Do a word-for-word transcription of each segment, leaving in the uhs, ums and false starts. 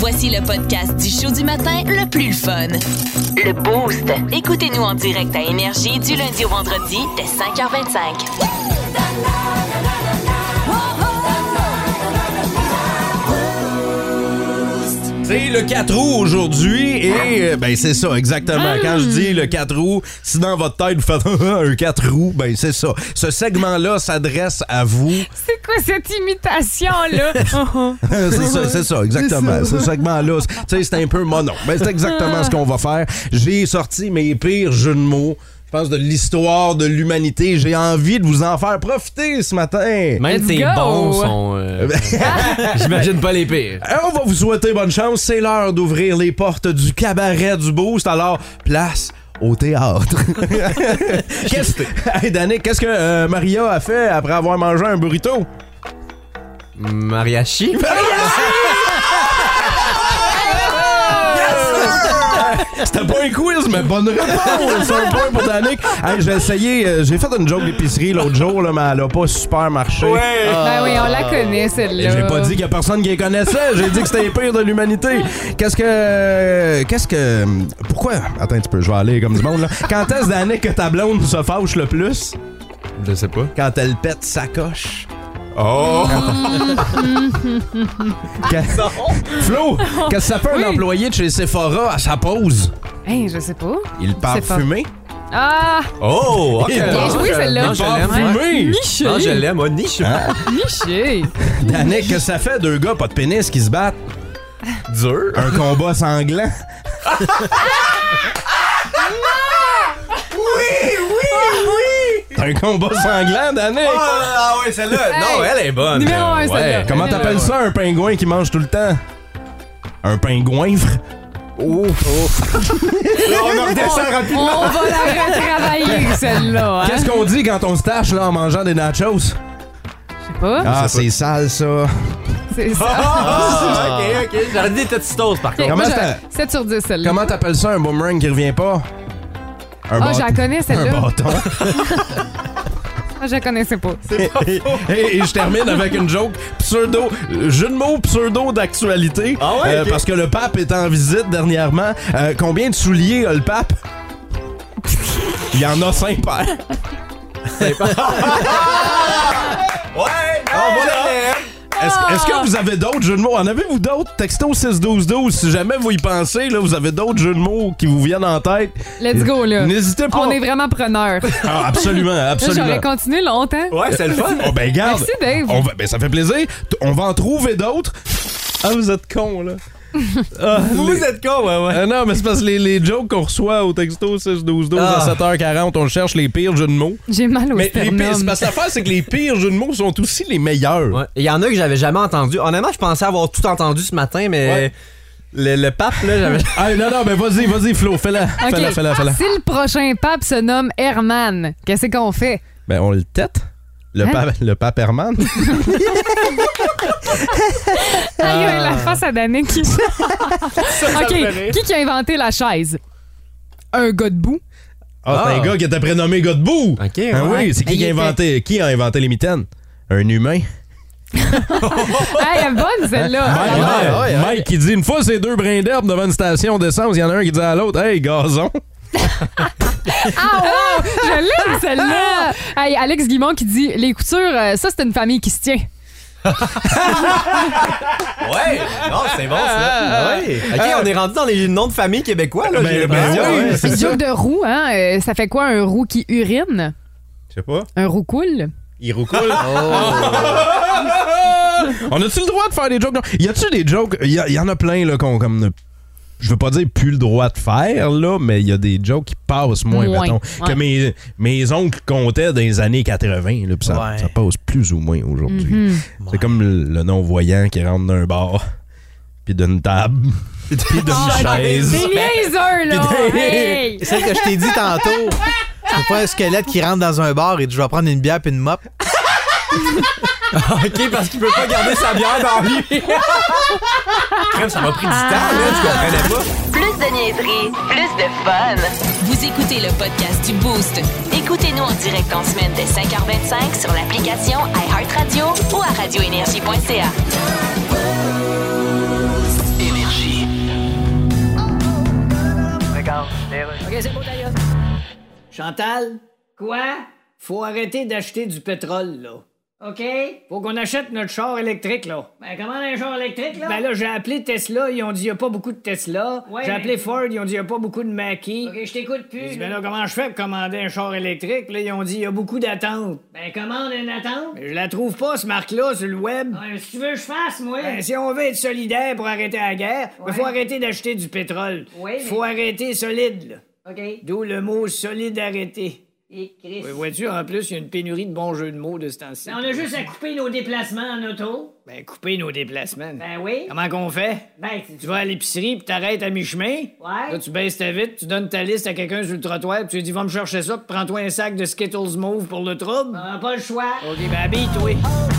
Voici le podcast du show du matin le plus le fun. Le Boost. Écoutez-nous en direct à Énergie du lundi au vendredi dès cinq heures vingt-cinq. C'est le quatre roues aujourd'hui et ben c'est ça exactement. Quand je dis le quatre roues, si dans votre tête vous faites un quatre roues, ben c'est ça. Ce segment-là s'adresse à vous. C'est quoi cette imitation-là? c'est ça, c'est ça, exactement. C'est ça. Ce segment-là, tu sais, c'est un peu mono. Mais c'est exactement ce qu'on va faire. J'ai sorti mes pires jeux de mots. Je pense de l'histoire de l'humanité. J'ai envie de vous en faire profiter ce matin. Même tes bons sont... Euh, j'imagine pas les pires. On va vous souhaiter bonne chance. C'est l'heure d'ouvrir les portes du cabaret du Boost. Alors, place au théâtre. Qu'est-ce que... Hey, Danick, qu'est-ce que euh, Maria a fait après avoir mangé un burrito? Mariachi? C'était pas un quiz, mais bonne réponse. C'est un point pour Danick. Hey, j'ai essayé, euh, j'ai fait une joke d'épicerie l'autre jour, là, mais elle a pas super marché. Ouais. Ben oui, on la connaît, celle-là. Et j'ai pas dit qu'il y a personne qui les connaissait. J'ai dit que c'était les pires de l'humanité. Qu'est-ce que... Qu'est-ce que... Pourquoi... Attends un petit peu, je vais aller comme du monde, là. Quand est-ce, Danick, que ta blonde se fâche le plus? Je sais pas. Quand elle pète sa coche. Oh! Flo, qu'est-ce que ça fait Oui. un employé de chez Sephora à sa pause? Hey, je sais pas. Il part C'est pas- fumer? Ah! Oh! Okay. Bien joué, celle-là. Non, je Part l'aime. fumer? Niché! Non, je l'aime. Moi, niche. Hein? Niché! Danick, qu'est-ce que ça fait deux gars pas de pénis qui se battent? Dur. Un combat sanglant? Un combat sanglant, Danick? Oh, ah ouais, celle-là. Non, elle est bonne. Numéro un, Ouais. celle-là. Comment t'appelles ça, un pingouin qui mange tout le temps? Un pingouinfre? Oh, oh. Là, on redescend rapidement. On va la retravailler, celle-là. Hein? Qu'est-ce qu'on dit quand on se tâche là, en mangeant des nachos? Je sais pas. Ah, c'est sale, ça. C'est ça. Ah, ok, ok. J'aurais dit Tostitos, par Ok, contre. Comment moi, t'as- je- sept sur dix, celle-là. Comment t'appelles ça, un boomerang qui revient pas? Un Ah, bâton. je la connais, celle-là. Un bâton. Ah, je la connaissais pas. et, et- et je termine avec une joke pseudo, jeu de mots pseudo d'actualité. Ah ouais, Euh, ok. parce que le pape est en visite dernièrement. Euh, combien de souliers a le pape? Il y en a cinq paires. Ouais! On va la Est-ce, est-ce que vous avez d'autres jeux de mots? En avez-vous d'autres? Texto six douze douze. Si jamais vous y pensez, là, vous avez d'autres jeux de mots qui vous viennent en tête. Let's go, là. N'hésitez pas. On est vraiment preneurs. Ah, absolument, Là, absolument. j'aurais continué longtemps. Ouais, c'est le fun. Oh, ben, garde. Merci, Dave. On va, ben, ça fait plaisir. T- On va en trouver d'autres. Ah, vous êtes cons, là. Ah, Vous les- êtes con, ouais, ouais. Euh, non, mais c'est parce que les, les jokes qu'on reçoit au texto six douze douze Ah. à sept heures quarante, on cherche les pires jeux de mots. J'ai mal au Mais les pires, c'est sternum. parce que l'affaire, c'est que les pires jeux de mots sont aussi les meilleurs. Ouais. Il y en a que j'avais jamais entendu. Honnêtement, je pensais avoir tout entendu ce matin, mais Ouais. le, le pape, là, j'avais. Ah, non, non, mais vas-y, vas-y, Flo, fais-la. OK. Fais-la, fais-la, fais-la. Si le prochain pape se nomme Herman, qu'est-ce qu'on fait? Ben, on le tête. Le, Hein? pape, le pape Herman. Ah, il y a la face à Danick. OK. Qui qui a inventé la chaise? Un gars debout. Ah, c'est Ah. un gars qui était prénommé Godbout. OK, Ah ouais. oui, c'est qui Il qui a était- inventé, qui a inventé les mitaines? Un humain. Hey, elle est bonne, celle-là. Mike, Ah, Mike, ouais, ouais. Mike qui dit une fois ces deux brins d'herbe devant une station d'essence, il y en a un qui dit à l'autre, hey, gazon. Ah, wow! Je l'aime, celle-là. Hey, Alex Guimond qui dit les coutures, euh, ça, c'est une famille qui se tient. Ouais! Non, c'est bon, ça. Ouais. OK, on est rendu dans les noms de famille québécois, là. Ben, j'ai ben l'impression, oui, ouais. c'est Une ça. joke de roux, hein? euh, ça fait quoi, un roux qui urine? Je sais pas. Un roux cool? Il roucoule. On a-tu le droit de faire des jokes? Non. Y a-tu des jokes? Il y, y en a plein, là, qu'on comme. Je veux pas dire plus le droit de faire, là, mais il y a des jokes qui passent moins, Moins, mettons. ouais. Que mes, mes oncles comptaient dans les années quatre-vingts, là, pis ça, Ouais. ça passe plus ou moins aujourd'hui. Mhm. C'est comme le, le non-voyant qui rentre d'un bar, puis d'une table, puis d'une chaise. C'est niaiseux, là! Hey! C'est celle que je t'ai dit tantôt. C'est pas un squelette qui rentre dans un bar et dit je vais prendre une bière puis une mop. OK, parce qu'il peut pas garder sa bière dans lui. Crème, ça m'a pris du temps, là. Je comprenais pas. Plus de niaiserie, plus de fun. Vous écoutez le podcast du Boost. Écoutez-nous en direct en semaine dès cinq heures vingt-cinq sur l'application iHeartRadio ou à radio énergie point c a. Énergie. Chantal? Quoi? Faut arrêter d'acheter du pétrole, là. OK. Faut qu'on achète notre char électrique, là. Ben, comment un char électrique, là? Ben là, j'ai appelé Tesla, ils ont dit il y a pas beaucoup de Tesla. Ouais, j'ai mais- appelé Ford, ils ont dit il y a pas beaucoup de Mackie. OK, je t'écoute J'ai plus. dit, ben là, comment je fais pour commander un char électrique? Là, ils ont dit il y a beaucoup d'attentes. Ben, commande une attente. Mais je la trouve pas, ce marque-là, sur le web. Ouais, si tu veux que je fasse, moi. Ben, si on veut être solidaire pour arrêter la guerre, il Ouais. faut arrêter d'acheter du pétrole. Oui, mais- Faut arrêter solide, là. OK. D'où le mot solidarité. Et Chris. Ouais, vois-tu, en plus, il y a une pénurie de bons jeux de mots de ce temps-ci. Ben, on a juste à couper nos déplacements en auto. Ben, couper nos déplacements. Ben oui. Comment qu'on fait? Ben, Tu vas à l'épicerie puis t'arrêtes à mi-chemin. Ouais. Là, tu baisses ta vitre, tu donnes ta liste à quelqu'un sur le trottoir puis tu lui dis va me chercher ça puis prends-toi un sac de Skittles Mauve pour le trouble. on a pas le choix. OK, ben habille-toi.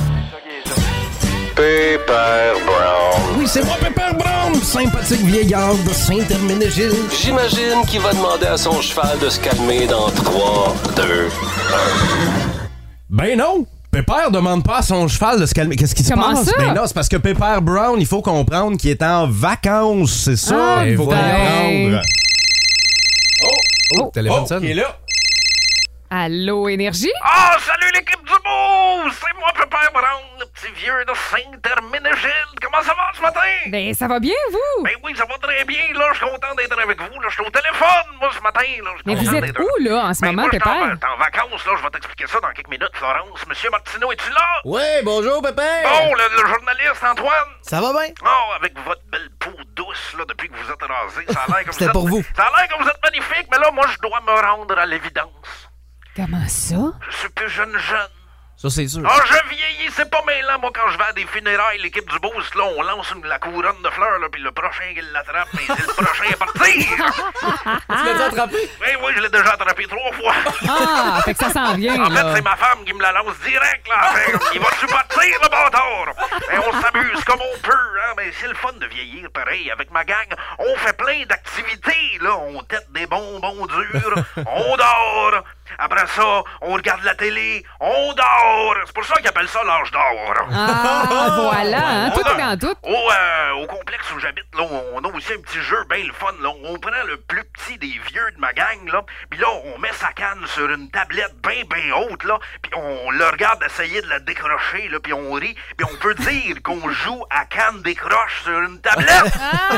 Pepper Brown. Oui, c'est moi, Pepper Brown, sympathique vieillard de Saint-Herménégil. J'imagine qu'il va demander à son cheval de se calmer dans trois, deux, un. Ben non! Pepper demande pas à son cheval de se calmer. Qu'est-ce qui se Comment passe? ça? Ben non, c'est parce que Pepper Brown, il faut comprendre qu'il est en vacances. C'est ça Ah, qu'il faut ben. comprendre. Oh, téléphone Oh, sonne. il est là. Allô, Énergie? Ah, salut l'équipe du beau! C'est moi, Pepper Brown, le petit vieux de Saint-Herménégil. Comment ça va ce matin? Ben, ça va bien, vous? Ben oui, ça va très bien. Là, je suis content d'être avec vous. Là, je suis au téléphone, moi, ce matin. Là, je suis Mais vous content êtes d'être- où, là, en ce Ben, moment, moi, je suis en- Pépère? t'es en vacances, là. Je vais t'expliquer ça dans quelques minutes, Florence. Monsieur Martineau, es-tu là? Oui, bonjour, Pépère. Bon, le, le journaliste Antoine. Ça va bien? Oh, avec votre belle peau douce, là, depuis que vous êtes rasé. Ça a l'air comme C'était vous êtes- pour vous. Ça a l'air que vous êtes magnifique, mais là, moi, je dois me rendre à l'évidence. Comment ça? Je suis plus jeune jeune. Ça, c'est sûr. Ah, je vieillis, c'est pas mêlant. Moi, quand je vais à des funérailles, l'équipe du Boost, là, on lance une- la couronne de fleurs, là, puis le prochain qui l'attrape, mais c'est le prochain à partir. Tu l'as attrapé? Oui, oui, je l'ai déjà attrapé trois fois. Ah, fait que ça s'en vient, En fait, là. c'est ma femme qui me la lance direct, là. Fait, il va-tu partir, le bâtard? Et on s'amuse comme on peut, hein. Mais c'est le fun de vieillir, pareil. Avec ma gang, on fait plein d'activités, là. On tête des bonbons durs, on dort. Après ça, on regarde la télé, on dort. C'est pour ça qu'ils appellent ça l'âge d'or. Ah, voilà, hein, tout On a- est dans tout. Au, euh, au complexe où j'habite, là, on a aussi un petit jeu bien le fun. Là. On prend le plus petit des vieux de ma gang, là, puis là, on met sa canne sur une tablette bien, bien haute, là, puis on le regarde essayer de la décrocher, là, puis on rit, puis on peut dire qu'on joue à canne décroche sur une tablette.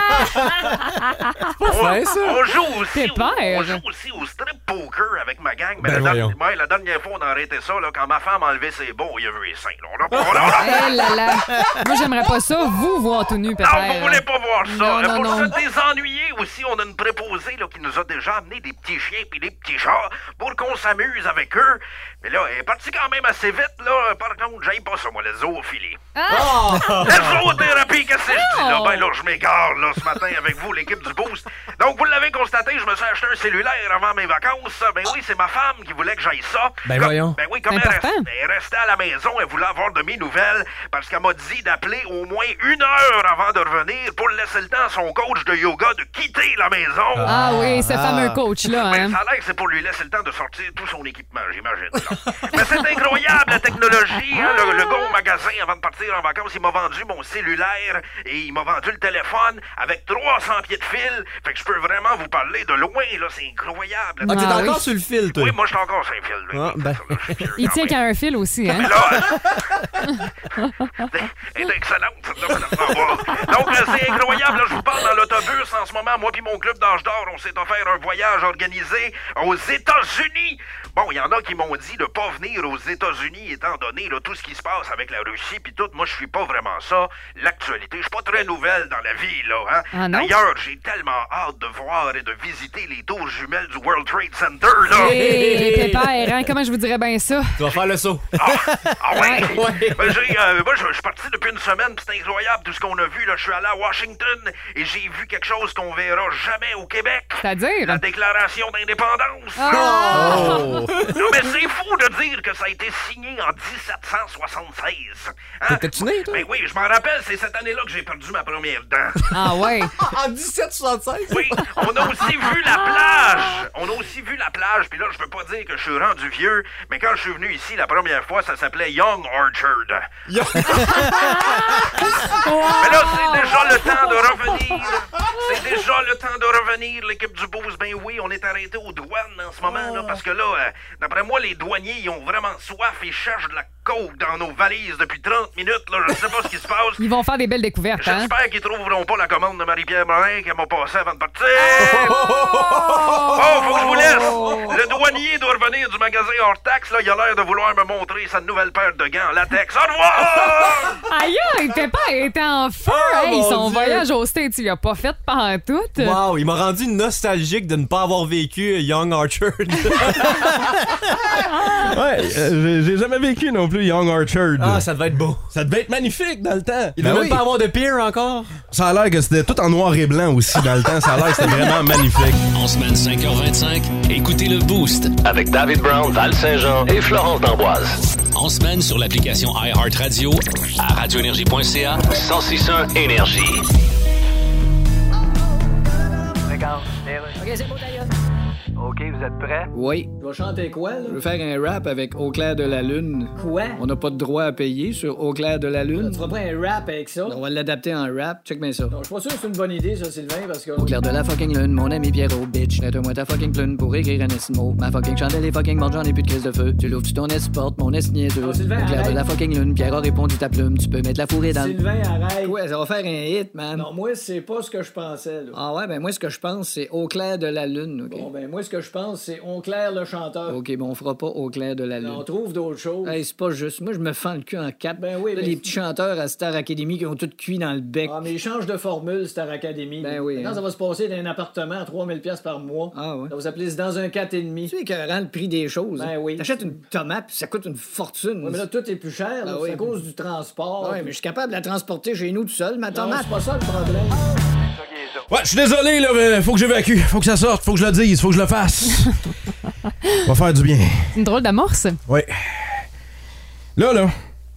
on, fin, ça. on joue aussi, au, Pépère. on joue aussi au strip poker avec ma gang. Ben la, voyons. dernière- ouais, la dernière fois, on a arrêté ça, là, quand ma femme a enlevé ses bons, il y avait les seins. Là. On a- on a- on a- Eh là là. Moi, j'aimerais pas ça, vous voir tout nu, Pépère. Non, vous voulez pas voir ça. Non, Là, non, pour non. se désennuyer aussi, on a une préposée là, qui nous a déjà amené des petits chiens puis des petits chats pour qu'on s'amuse avec eux. Mais là, elle est partie quand même assez vite, là. Par contre, j'aime pas ça, moi, la zoophilie. Ah! La zoothérapie, qu'est-ce que je dis là? Non. Ben là, je m'égare, là, ce matin avec vous, l'équipe du Boost. Donc, vous l'avez constaté, je me suis acheté un cellulaire avant mes vacances. Ben oui, c'est ma femme qui voulait que j'aille ça. Ben Comme- voyons. Ben oui, comme C'est elle, important. reste- elle restait à la maison, elle voulait avoir de mes nouvelles parce qu'elle m'a dit d'appeler au moins une heure avant de revenir pour laisser le temps à son coach de yoga de quitter la maison. Ah oui, ce fameux coach-là, Ben, hein. ça a l'air que c'est pour lui laisser le temps de sortir tout son équipement, j'imagine. là. Mais c'est incroyable, la technologie. Hein, le, le gars au magasin, avant de partir en vacances, il m'a vendu mon cellulaire et il m'a vendu le téléphone avec trois cents pieds de fil. Fait que je peux vraiment vous parler de loin, là. C'est incroyable. Ah, t'es Ah, encore oui. sur le fil, toi. Oui, moi, je suis encore sur un fil. là. Ah, ben. Je suis fier Il quand tient même. qu'à un fil aussi, hein. Mais là, elle est excellente, cette là. Donc, euh, c'est incroyable. Là, je vous parle dans l'autobus en ce moment. Moi puis mon club d'âge d'or, on s'est offert un voyage organisé aux États-Unis. Bon, il y en a qui m'ont dit de pas venir aux États-Unis étant donné là, tout ce qui se passe avec la Russie puis tout. Moi, je suis pas vraiment ça. L'actualité, je suis pas très nouvelle dans la vie, là. Hein? Ah non? D'ailleurs, j'ai tellement hâte de voir et de visiter les tours jumelles du World Trade Center, là. Hé, Pépère, hein, comment je vous dirais bien ça? Tu vas faire le saut. Ah, ah ouais? Ouais. Ben, j'ai, euh, moi, je je suis parti depuis une semaine, pis c'est incroyable tout ce qu'on a vu. Là. Je suis allé à Washington et j'ai vu quelque chose qu'on verra jamais au Québec. C'est-à-dire? La déclaration d'indépendance. Ah! Oh. Non, mais c'est fou de dire que ça a été signé en dix-sept cent soixante-seize. Hein? T'étais-tu né, toi? Ben oui, je m'en rappelle, c'est cette année-là que j'ai perdu ma première dent. Ah ouais. En dix-sept soixante-seize? Oui, on a aussi vu la plage. On a aussi vu la plage, puis là, je veux pas dire que je suis rendu vieux, mais quand je suis venu ici la première fois, ça s'appelait Young Orchard. Mais là, c'est déjà le temps de revenir C'est déjà le temps de revenir, l'équipe du Boost. Ben oui, on est arrêté aux douanes en ce moment, là, parce que là, euh, d'après moi, les douaniers, ils ont vraiment soif et cherchent de la coke dans nos valises depuis trente minutes, là. Je sais pas ce qui se passe. Ils vont faire des belles découvertes, hein? J'espère qu'ils trouveront pas la commande de Marie-Pierre Morin qu'elle m'a passée avant de partir. Oh, faut que je vous laisse. Le douanier doit revenir du magasin hors taxe, là. Il a l'air de vouloir me montrer sa nouvelle paire de gants en latex. Au revoir! Aïe, aïe, Pépin était en feu. Oh, hey, mon son Dieu. voyage au States, il a pas fait pantoute. Wow, il m'a rendu nostalgique de ne pas avoir vécu Young Orchard. Ouais, euh, j'ai- j'ai jamais vécu non plus Young Orchard. Ah, ça devait être beau. Ça devait être magnifique dans le temps. Il Ben devait oui. même pas avoir de pire encore. Ça a l'air que c'était tout en noir et blanc aussi dans le temps. Ça a l'air que c'était vraiment magnifique. En semaine cinq heures vingt-cinq, écoutez le Boost avec David Brown, Val Saint-Jean et Florence d'Amboise. En semaine sur l'application iHeartRadio à radio énergie point c a cent six point un Énergie. OK, c'est beau, d'ailleurs. OK, vous êtes prêts? Oui. Tu vas chanter quoi, là? Je veux faire un rap avec Au clair de la lune. Quoi? On n'a pas de droit à payer sur Au clair de la lune. Tu feras pas un rap avec ça? On va l'adapter en rap. Check bien ça. Non, je suis pas sûr que c'est une bonne idée, ça, Sylvain, parce que... Au clair de la fucking lune, mon ami Pierrot, bitch. Mets-moi ta fucking plume pour écrire un esmo. Ma fucking chandelle est fucking morte, j'en ai plus de crise de feu. Tu l'ouvres, tu ton porte, mon est niaiseux. Non, Sylvain, Au clair de arrête. la fucking lune, Pierre a répondu ta plume. Tu peux mettre la fourrée dans... Sylvain, arrête. Ouais, ça va faire un hit, man. Non, moi, c'est pas ce que je pensais, là. Ah ouais, ben moi, ce que je pense, c'est Au clair de la lune, OK? Bon, ben, moi, ce que je pense, c'est On claire le chanteur. OK, bon, on fera pas Au clair de la lune. On trouve d'autres choses. Hey, c'est pas juste. Moi, je me fends le cul en quatre. Ben oui, Là, mais- les petits chanteurs à Star Academy qui ont tout cuit dans le bec. Ah, mais ils changent de formule, Star Academy. Ben oui, Maintenant, hein. ça va se passer dans un appartement à trois mille dollars par mois. Ah ouais. Ça va s'appeler C'est dans un quatre et demi. Tu sais écœurant le prix des choses. Ben hein. oui. T'achètes une tomate, puis ça coûte une fortune. Ouais, mais là, tout est plus cher. là. Ben c'est oui. à cause du transport. Ouais, mais je suis capable de la transporter chez nous tout seul, ma Non, tomate. c'est pas ça le problème. Ouais, je suis désolé, là, mais faut que j'évacue. Faut que ça sorte, faut que je le dise, faut que je le fasse. Va faire du bien. C'est une drôle d'amorce. Oui. Là, là.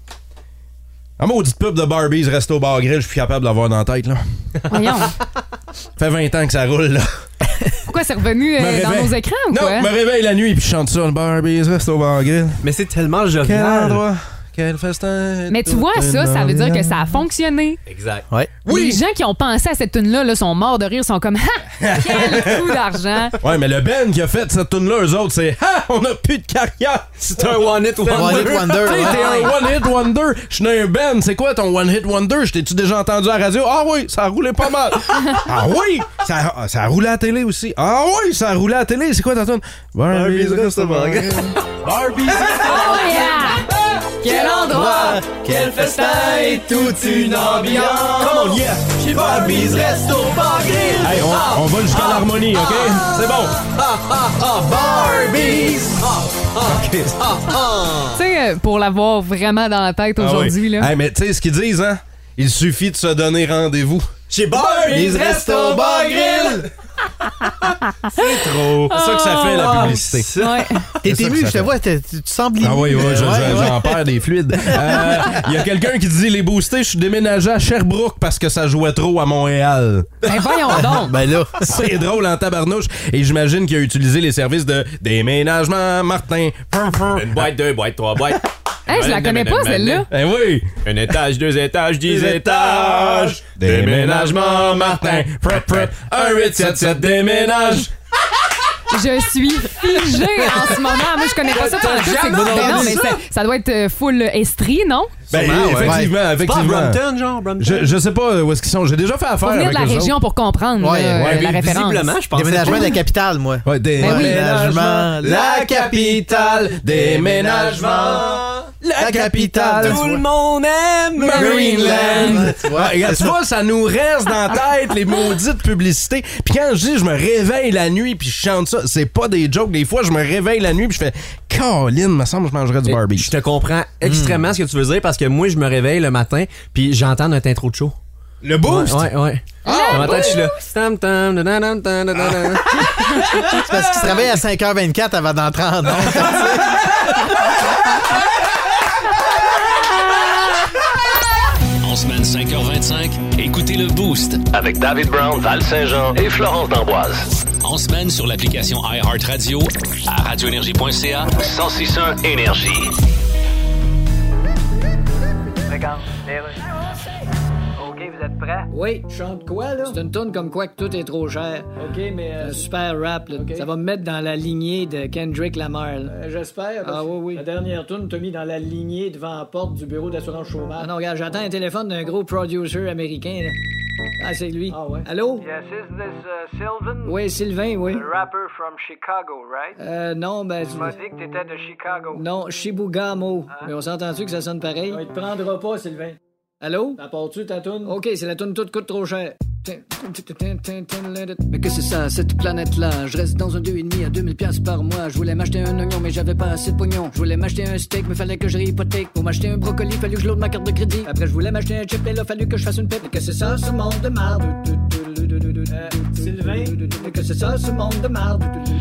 Un maudite pub de Barbies Resto Bar Grill, je suis plus capable de l'avoir dans la tête, là. Voyons. Ça fait vingt ans que ça roule, là. Pourquoi c'est revenu euh, Me dans réveille. nos écrans ou Non, quoi? je me réveille la nuit puis je chante ça, le Barbies Resto Bar Grill. Mais c'est tellement Quel jovial. endroit, quel festin. Mais tu vois, ça, ça veut dire que ça a fonctionné. Exact. Ouais. Les gens qui ont pensé à cette tune-là là, sont morts de rire, sont comme « Ha! Quel coup d'argent! Ouais, mais le Ben qui a fait cette tune-là, eux autres, c'est Ha! On a plus de carrière! C'est un one-hit wonder. One Hit Wonder, T'sais, ouais. t'es un one-hit wonder. Je suis un Ben. C'est quoi ton one-hit wonder? Je t'ai-tu déjà entendu à la radio? Ah oui, ça a roulé pas mal. Ah oui, ça, a- ça a roulé à la télé aussi. Ah oui, ça a roulé à la télé. C'est quoi ta tune? Barbies Resto Bar Grill. Barbies. Oh yeah! Quel endroit! Quel festin et toute une ambiance. Come on, yeah. Chez Barbies Resto Bar Grill. Hey, on, on va jusqu'à l'harmonie, OK? C'est bon. Ah, ah, ah, Barbies. Ah, ah, OK. ah, ah. Tu sais, euh, pour l'avoir vraiment dans la tête aujourd'hui, Ah oui. là. Hey, mais tu sais ce qu'ils disent, hein? Il suffit de se donner rendez-vous. Chez Barbies Barbies Resto Bar Grill. C'est trop. C'est ça que ça fait, la publicité. Ouais. T'es C'est ça ému, que ça je te fait. vois, t'es- tu tu sembles ému. Ah oui, oui, je- Ouais, je- ouais. j'en perds des fluides. Il y a quelqu'un qui dit les boostés, je suis déménagé à Sherbrooke parce que ça jouait trop à Montréal. Ben voyons donc! Ben là, C'est drôle en tabarnouche. Et j'imagine qu'il a utilisé les services de déménagement Martin. Une boîte, deux boîtes, trois boîtes. Hey, je la connais pas, celle-là. Eh oui! Un étage, deux étages, dix étages. Déménagement Martin. Prep, prep. Un huit sept sept déménage. Je suis figée en ce moment. Moi, je connais pas ça. T'as tout. C'est- jamais Ben non, entendu mais ça? ça, ça doit être euh, full estrie, non? Ben, Sûrement, ouais. effectivement, Pas à effectivement. Brampton, genre, Brampton. Je, je sais pas où est-ce qu'ils sont. J'ai déjà fait affaire Faut venir avec de la eux région autres. pour comprendre Ouais, là, ouais, euh, la mais référence. visiblement, je pense. déménagement de la capitale, moi. Ouais, Ben oui. déménagement, la capitale, déménagement, la capitale. Tout le monde aime Marineland. Tu vois, Ouais, regarde, tu vois, ça nous reste dans la tête, les maudites publicités. Puis quand je dis je me réveille la nuit puis je chante ça, c'est pas des jokes. Des fois, je me réveille la nuit puis je fais Colin, me semble que je mangerais du Barbie. Je te comprends extrêmement ce que tu veux dire parce que moi, je me réveille le matin puis j'entends notre intro de show. Le boost? Ouais, ouais. ouais. Dans ma tête, je suis là. Tam, tam, da, da, da, da, da, da. C'est parce qu'il se réveille à cinq heures vingt-quatre avant d'entrer en ondes. En semaine cinq heures vingt-cinq, écoutez le Boost avec David Brown, Val Saint-Jean et Florence d'Amboise. En semaine sur l'application iHeartRadio à radio énergie point c a cent six point un Énergie. Regarde, les rues. OK, vous êtes êtes prêts? Oui. Chante quoi, là? C'est une toune comme quoi que tout est trop cher. OK, mais... Euh, Un super rap, là. OK. Ça va me mettre dans la lignée de Kendrick Lamar, là. euh, J'espère. parce Ah que oui, oui. La dernière toune t'a mis dans la lignée devant la porte du bureau d'assurance chômage. Ah non, regarde, j'attends un téléphone d'un gros producer américain, là. Ah, c'est lui. Ah ouais. Allô? Yes, is this uh, Sylvan? Oui, Sylvain, oui. The rapper from Chicago, right? Euh, non, ben... Tu m'as dit que t'étais de Chicago. Non, Shibugamo. Hein? Mais on s'entend-tu que ça sonne pareil? Non, il te prendra pas, Sylvain. Allô? T'apportes-tu ta toune? OK, c'est la toune toute coûte trop cher. Mais que c'est ça, cette planète-là? Je reste dans un deux et demi à deux mille piastres par mois. Je voulais m'acheter un oignon, mais j'avais pas assez de pognon. Je voulais m'acheter un steak, mais fallait que je réhypothèque. Pour m'acheter un brocoli, fallu que je load ma carte de crédit. Après, je voulais m'acheter un chip, et là, fallu que je fasse une pipe. Mais que c'est ça, ce monde de marde? Euh, Sylvain? Mais que c'est ça, ce monde de marde?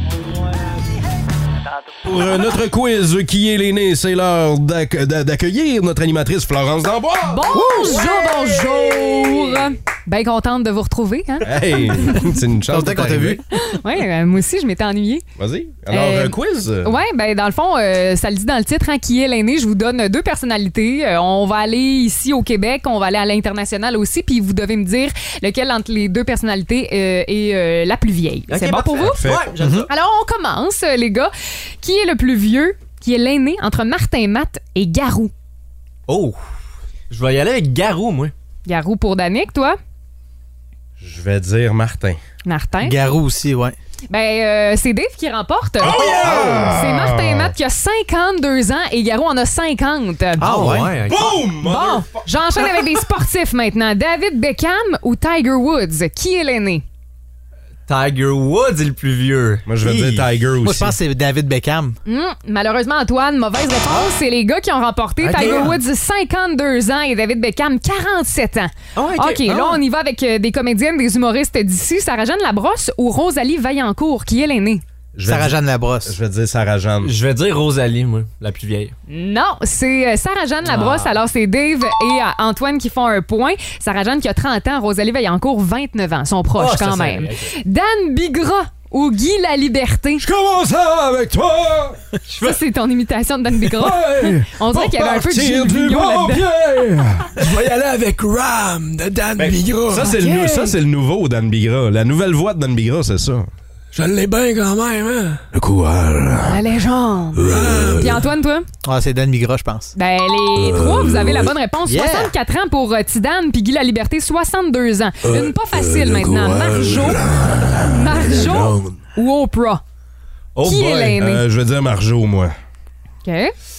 Pour euh, notre quiz, qui est l'aîné, c'est l'heure d'acc- d'a- d'accueillir notre animatrice Florence D'Amboise. Bonjour, bonjour! Bien contente de vous retrouver, hein? Hey, c'est une chance Content qu'on t'a vu. Oui, moi aussi, je m'étais ennuyée. Vas-y. Alors, Euh, un quiz? Oui, ben dans le fond, euh, ça le dit dans le titre, hein, qui est l'aîné. Je vous donne deux personnalités. Euh, on va aller ici au Québec, on va aller à l'international aussi, puis vous devez me dire lequel entre les deux personnalités euh, est euh, la plus vieille. Ok, c'est bon pour vous? Parfait. Ouais, j'aime ça. Alors, on commence, euh, les gars. Qui est le plus vieux, qui est l'aîné entre Martin Matt et Garou? Oh! Je vais y aller avec Garou, moi. Garou pour Danick, toi? Je vais dire Martin. Martin? Garou aussi, ouais. Ben, euh, c'est Dave qui remporte. Oh yeah! C'est Martin Matt qui a cinquante-deux ans et Garou en a cinquante. Ah ouais? ok. Boom! Bon, j'enchaîne avec des sportifs maintenant. David Beckham ou Tiger Woods? Qui est l'aîné? Tiger Woods est le plus vieux. Moi, je vais Hi. dire Tiger aussi. Moi, je pense que c'est David Beckham. Hmm, malheureusement, Antoine, mauvaise réponse. C'est les gars qui ont remporté. Ok. Tiger Woods, cinquante-deux ans et David Beckham, quarante-sept ans. Ah, ok. OK, là, on y va avec euh, des comédiennes, des humoristes d'ici. Sarah-Jeanne Labrosse ou Rosalie Vaillancourt? Qui est l'aînée? Je vais Sarah-Jeanne dire- Labrosse. Je vais dire Sarah-Jeanne. Je vais dire Rosalie, moi, la plus vieille. Non, c'est euh, Sarah-Jeanne Labrosse. Ah. Alors, c'est Dave et euh, Antoine qui font un point. Sarah-Jeanne qui a trente ans, Rosalie Vaillancourt, vingt-neuf ans. Ils sont proches Ah, ça, quand c'est même. vrai, ok. Dan Bigra ou Guy Laliberté? Je commence avec toi! Ça, c'est ton imitation de Dan Bigra. Ouais! On dirait Pour qu'il y avait un peu de partir Gilles du Vigneault bon là-dedans. pied! Je vais y aller avec Ram de Dan Ben, ça, c'est le, nou- ça, c'est le nouveau Dan Bigra. La nouvelle voix de Dan Bigra, c'est ça. Je l'ai bien quand même, hein? Le courage. La légende. Puis Antoine, toi? Ah, c'est Dan Bigra, je pense. Ben, les trois, vous avez la bonne réponse. Yeah. soixante-quatre ans pour euh, Tidane, puis Guy Laliberté, soixante-deux ans. Une pas facile maintenant. Marjo. Marjo ou Oprah? Oh Qui boy. est l'aîné? Euh, je vais dire Marjo, moi. OK.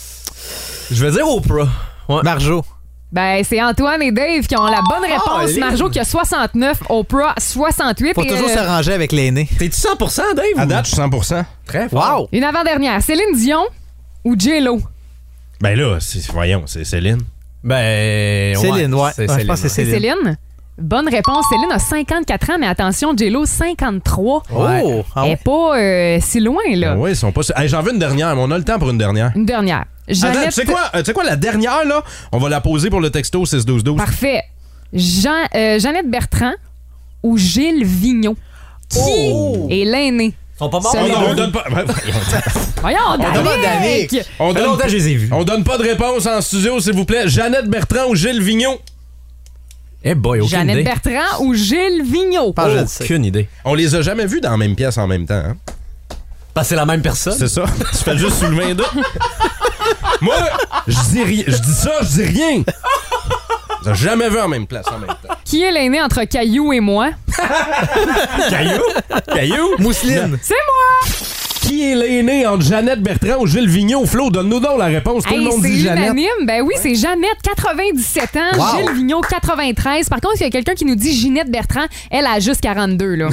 Je vais dire Oprah. Ouais. Marjo. Ben, c'est Antoine et Dave qui ont la bonne réponse. Lynn. Marjo qui a soixante-neuf, Oprah soixante-huit. Faut et, toujours euh, s'arranger avec l'aîné. T'es-tu cent pour cent, Dave? À ou- date, je suis cent pour cent. Très fort. Wow! Une avant-dernière. Céline Dion ou J-Lo? Ben là, c'est- voyons, c'est Céline. Ben. Céline, ouais. c'est Ouais, je pense que C'est c'est Céline. Céline? Bonne réponse. Céline a cinquante-quatre ans, mais attention, J-Lo, cinquante-trois. Ouais. Oh! Ah Elle ouais. est pas euh, si loin, là. Ben oui, ils sont pas. Hey, j'en veux une dernière, mais on a le temps pour une dernière. Une dernière. Attends, Jeannette... tu sais quoi? Euh, tu sais quoi, la dernière, là, on va la poser pour le texto six douze douze. Parfait. Jean, euh, Jeannette Bertrand ou Gilles Vigneault? Qui Oh! est l'aîné? Ils sont pas morts. Ça, On, les on deux. donne pas. Voyons, demande Danick! Danick. On Ça fait donne, longtemps que je les ai vus. on donne pas de réponse en studio, s'il vous plaît. Jeannette Bertrand ou Gilles Vigneault? Eh boy, aucune Jeannette idée. Bertrand ou Gilles Vigneault? Pense que je le sais. Aucune idée. On les a jamais vus dans la même pièce en même temps, hein? Parce que c'est la même personne. C'est ça. Tu fais juste soulever un doute. Moi, je dis rien. Je dis ça, je dis rien. On les a jamais vus en même place en même temps. Qui est l'aîné entre Caillou et moi? Caillou? Caillou? Mousseline. C'est moi! Qui est l'aîné entre Jeannette Bertrand ou Gilles Vigneault? Flo, donne-nous donc la réponse. Tout Hey, le monde c'est dit Jeannette. unanime. Ben oui, c'est Jeannette, quatre-vingt-dix-sept ans. Wow. Gilles Vigneault, quatre-vingt-treize. Par contre, il y a quelqu'un qui nous dit Ginette Bertrand. Elle a juste quarante-deux, là.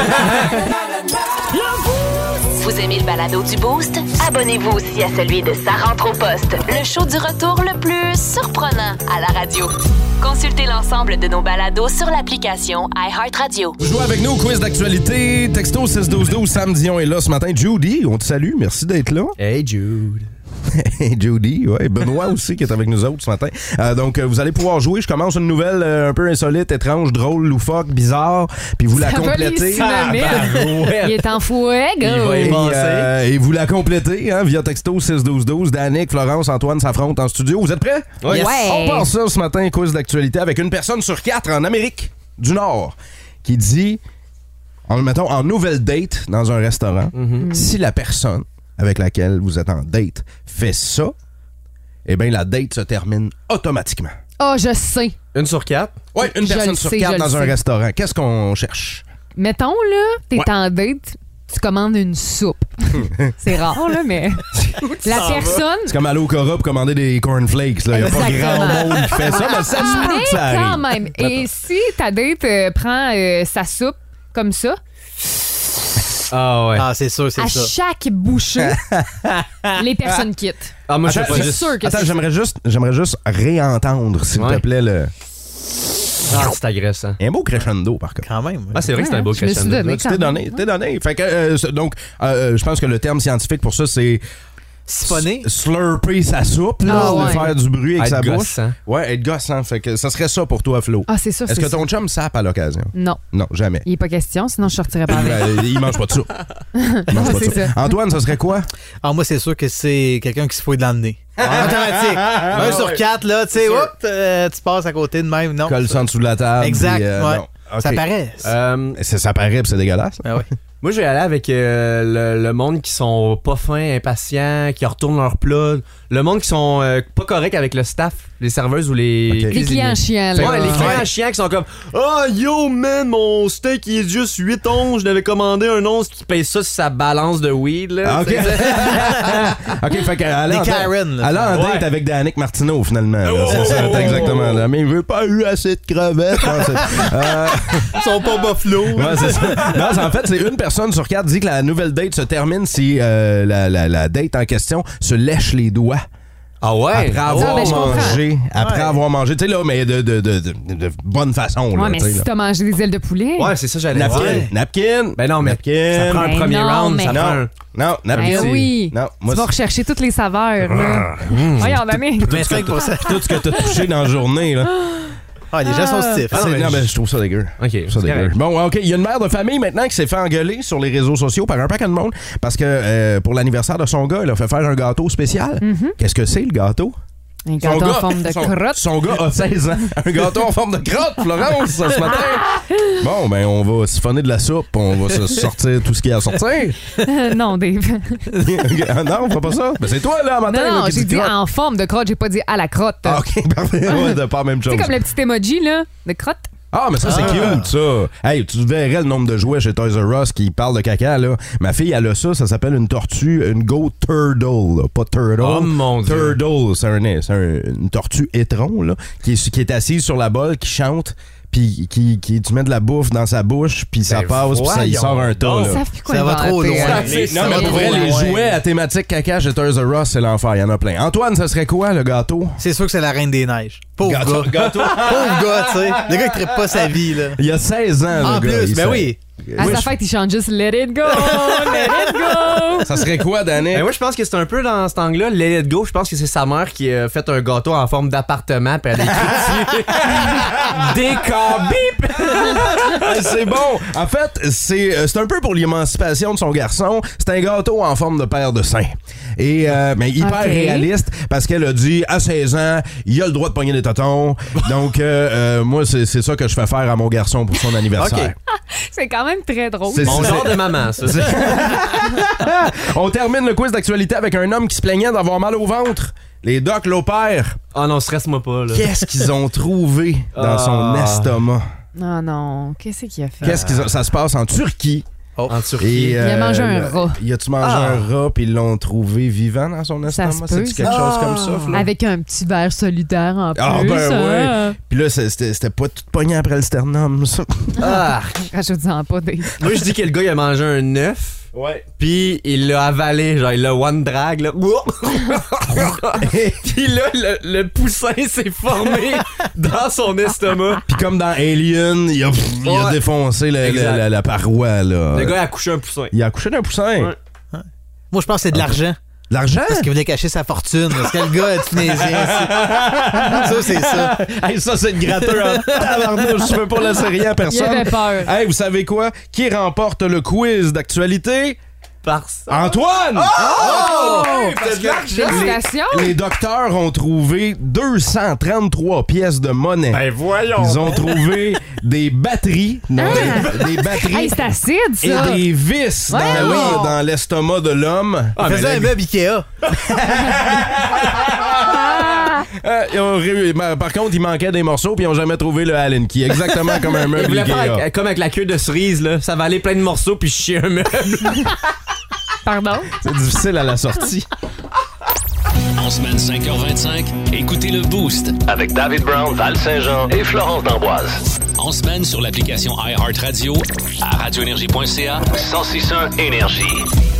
Vous aimez le balado du Boost? Abonnez-vous aussi à celui de Sa rentre au poste, le show du retour le plus surprenant à la radio. Consultez l'ensemble de nos balados sur l'application iHeartRadio. Vous jouez avec nous au quiz d'actualité. Texto six douze douze. Sam Dion est là ce matin. Judy, on te salue. Merci d'être là. Hey Jude. Et Judy, ouais. Benoît aussi qui est avec nous autres ce matin. Euh, donc, euh, vous allez pouvoir jouer. Je commence une nouvelle euh, un peu insolite, étrange, drôle, loufoque, bizarre. Puis vous la Ça va complétez. les nommer. Il est en fouet, gars. Et, euh, et vous la complétez hein, via texto six douze douze. Danick, Florence, Antoine s'affrontent en studio. Vous êtes prêts? Oui. Yes. Ouais. On part ça ce matin, quiz d'actualité, avec une personne sur quatre en Amérique du Nord qui dit, en, mettons, en nouvelle date dans un restaurant, Mm-hmm. si la personne avec laquelle vous êtes en date fait ça, eh bien, la date se termine automatiquement. Oh, je sais. Une sur quatre? Oui, une Je personne le sur sais, quatre je dans le un sais. restaurant. Qu'est-ce qu'on cherche? Mettons, là, t'es Ouais. en date, tu commandes une soupe. C'est rare, là, mais la personne... C'est comme aller au Cora pour commander des cornflakes. Il n'y a pas Exactement. grand monde qui fait ça, mais ça se peut Mais que ça arrive. quand même. Et si ta date euh, prend euh, sa soupe comme ça, Ah ouais. Ah, c'est sûr, c'est à ça. chaque bouchée, les personnes quittent. Ah, moi, je sais Attends, pas c'est juste... sûr que Attends, c'est j'aimerais juste, j'aimerais juste réentendre, s'il Ouais. te plaît, le... Ah, c'est agressant. un beau crescendo, par contre. Quand même. Ah, c'est vrai que c'est un Ouais, beau je me suis crescendo. donné. Là, tu t'es donné, t'es donné. Fait que, euh, c'est- donc, euh, je pense que le terme scientifique pour ça, c'est Siphonné. slurper sa soupe, là, Ah, de ouais. faire du bruit avec Être sa bouche. gossant. Ouais, être gossant. Fait que ça serait ça pour toi, Flo. Ah, c'est sûr, Est-ce c'est que ça. ton chum sape à l'occasion? Non, Non, jamais. il n'est pas question, sinon je sortirais pas avec. Euh, il mange pas de soupe. Il mange pas de C'est soupe. ça. Antoine, ça serait quoi? Ah, moi, c'est sûr que c'est quelqu'un qui se fouille dans le nez. Automatique. Un sur quatre, là, tu sais, hop, euh, tu passes à côté de même. Non. Colle ça en dessous de la table. Exact, puis, euh, ouais. non. OK. Ça paraît. Euh, Ça, ça paraît, puis c'est dégueulasse. Ah ouais. moi, je vais aller avec euh, le, le monde qui sont pas fins, impatients, qui retournent leur plat. Le monde qui sont euh, pas corrects avec le staff, les serveuses ou les... Ok. Les cuisiniers. clients chiants, là. Ouais, les clients Ouais. chiants qui sont comme « Oh, yo, man, mon steak, il est juste huit onces. Je devais commander un once qui paye ça sur sa balance de weed, là. Ah, OK. OK, fait qu'elle allait Des en date- Karen, là. elle allait en date Ouais. avec Danick Martineau, finalement. là. Oh! C'est ça, c'est exactement. Là. Mais il veut pas eu assez de crevettes. Non, c'est- euh, Ils sont pas buffalo. ouais, c'est ça. Non, c'est- en fait, c'est une personne sur quatre dit que la nouvelle date se termine si euh, la, la- la date en question se lèche les doigts. Ah ouais? Après avoir ben, je comprends. mangé. Après Ouais. avoir mangé, tu sais, là, mais de, de, de, de, de bonne façon. Ouais, là, mais tu sais, si là. t'as mangé des ailes de poulet. Ouais, c'est ça, j'allais Napkin. dire. Napkin. Ben non, mais Napkin. ça prend un Ben premier non, round, mais- ça prend un... Non, non, napkin. Ben oui. Non, moi, Tu vas c'est- rechercher toutes les saveurs, là. Voyons, Dani. vingt-cinq pour cent. tout ce que t'as touché dans la journée, là. Ah, les gens sont stiffs. Ah, hein. non, mais, non, mais je trouve ça dégueu. Ok, Je trouve ça c'est dégueu. correct. Bon, OK. Il y a une mère de famille maintenant qui s'est fait engueuler sur les réseaux sociaux par un paquet de monde parce que euh, pour l'anniversaire de son gars, il a fait faire un gâteau spécial. Qu'est-ce que c'est, le gâteau? Un Son gâteau en gars- forme de son- crotte. Son gars a seize ans. Un gâteau en forme de crotte, Florence, ce matin. Bon, ben, on va siphonner de la soupe. On va se sortir tout ce qu'il y a à sortir. non, Dave. Ah non, on fera pas ça. Ben, c'est toi, là, matin. Non, là, non, qui j'ai dit dit crotte. en forme de crotte, j'ai pas dit à la crotte. Ah, OK, parfait. Ouais, de pas la même Tu chose. sais, comme le petit emoji, là, de crotte. Ah, mais ça, c'est cute, ça. Hey, tu verrais le nombre de jouets chez Toys R Us qui parlent de caca, là. Ma fille, elle a ça, ça s'appelle une tortue, une Go Turtle, là. Pas Turtle. Oh, mon Dieu. Turtle, c'est, un, c'est un- une tortue étron, là, qui est, qui est assise sur la bolle, qui chante, puis qui, qui, tu mets de la bouffe dans sa bouche, puis ça Ben, passe, puis ça y voyons sort un tas, donc. là. Ils savent plus quoi Ça va inventer, trop loin. hein. Mais- Ça non, va mais pour trop vrai, les loin. jouets à thématique caca chez Toys R Us, c'est l'enfer. Il y en a plein. Antoine, ça serait quoi, le gâteau? C'est sûr que c'est la reine des neiges. Pauvre Gâteau- gars. gâteau? Pauvre gars, tu sais. Le gars, il traite pas sa vie, là. Il y a seize ans, En le gars. plus, il ben sait. oui. À Oui, sa je- fête, il chante juste Let it go, let it go. Ça serait quoi, Danny? Ben moi, je pense que c'est un peu dans cet angle-là. Let It Go, je pense que c'est sa mère qui a fait un gâteau en forme d'appartement, puis elle a écrit dessus Décor bip! Ah, c'est bon. En fait, c'est euh, c'est un peu pour l'émancipation de son garçon. C'est un gâteau en forme de paire de seins. Et euh, mais hyper Ok. réaliste parce qu'elle a dit à seize ans, il a le droit de pogner des totons. Donc euh, euh, moi c'est c'est ça que je fais faire à mon garçon pour son anniversaire. C'est quand même très drôle. C'est- Mon c'est- genre de maman, ça. On termine le quiz d'actualité avec un homme qui se plaignait d'avoir mal au ventre. Les docs l'opèrent. Oh non, stresse-moi pas, là. Qu'est-ce qu'ils ont trouvé dans son Ah. estomac? Non, non. Qu'est-ce qu'il a fait? Qu'est-ce qu'ils ont... Ça se passe en Turquie. En Turquie. Et, Il a mangé un le- rat. Il a-tu mangé Ah. un rat puis ils l'ont trouvé vivant dans son Ça estomac? se peut, C'est-tu quelque ça. chose comme ça, Flo? Avec un petit verre solitaire en plus. Ah ben hein. ouais. Puis là, c'est- c'était c'était pas tout pogné après le sternum, ça. Ah. Rajoute-en pas des. Moi, je dis que le gars, il a mangé un œuf. Ouais. Puis il l'a avalé, genre il l'a one drag là. Puis là le, le poussin s'est formé dans son estomac. Puis comme dans Alien, il a, il a Ouais. défoncé la, Exact. la- la- la paroi, là. Le gars a accouché un poussin. Il a accouché d'un poussin. Ouais. Moi, je pense que c'est de l'argent. De l'argent? Parce qu'il voulait cacher sa fortune. Parce que le gars est tunisien. Ça, c'est ça. Hey, ça, c'est une gratteur en tabarnouche. Tu veux pas laisser rien à personne. Il avait peur. Hey, vous savez quoi? Qui remporte le quiz d'actualité? Antoine! Oh! Hey, parce que Félicitations! les, les docteurs ont trouvé deux cent trente-trois pièces de monnaie. Ben voyons! Ils ont trouvé des batteries. Non, Ah! des, des batteries. Hey, c'est acide, et ça! des vis dans, Ouais, le- non. dans l'estomac de l'homme. Il faisait un meuble Ikea. Euh, ils ont réu- ben, par contre, il manquait des morceaux puis ils ont jamais trouvé le Allen Key. Exactement comme un Il meuble voulait Ikea. faire avec- comme avec la queue de cerise, là. Ça va aller plein de morceaux puis chier un meuble. Pardon? C'est difficile à la sortie. En semaine cinq heures vingt-cinq, écoutez le Boost avec David Brown, Val Saint-Jean et Florence d'Amboise. En semaine sur l'application iHeartRadio, à radioénergie point c a, cent six point un Énergie.